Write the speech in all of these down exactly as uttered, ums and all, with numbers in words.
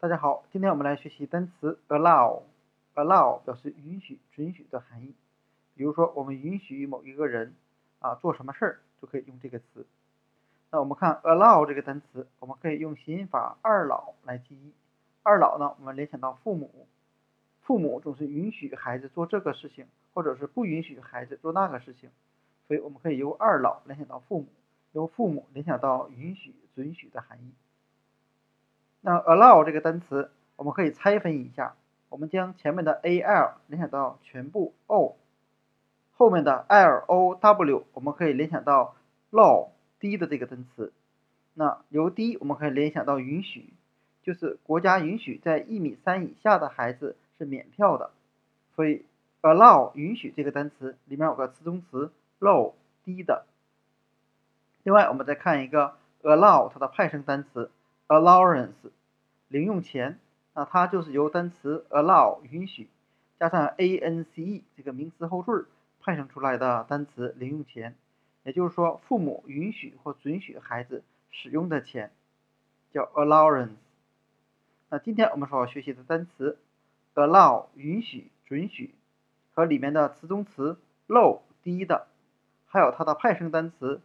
大家好，今天我们来学习单词 allow。allow 表示允许、准许的含义。比如说，我们允许某一个人啊做什么事儿，就可以用这个词。那我们看 allow 这个单词，我们可以用谐音法二老来记忆。二老呢，我们联想到父母，父母总是允许孩子做这个事情，或者是不允许孩子做那个事情，所以我们可以由二老联想到父母，由父母联想到允许、准许的含义。那 allow 这个单词，我们可以拆分一下。我们将前面的 al 联想到全部 o， 后面的 low 我们可以联想到 law 低的这个单词。那由低我们可以联想到允许，就是国家允许在一米三以下的孩子是免票的。所以 allow 允许这个单词里面有个词中词 low 低的。另外我们再看一个 allow 它的派生单词 allowance 零用钱，那它就是由单词 allow 允许加上 ance 这个名词后缀派生出来的单词零用钱，也就是说父母允许或准许孩子使用的钱叫 allowance。那今天我们所要学习的单词 allow 允许、准许和里面的词中词 low 低的，还有它的派生单词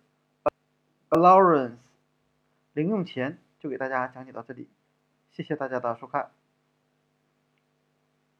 allowance 零用钱，就给大家讲解到这里。谢谢大家的收看。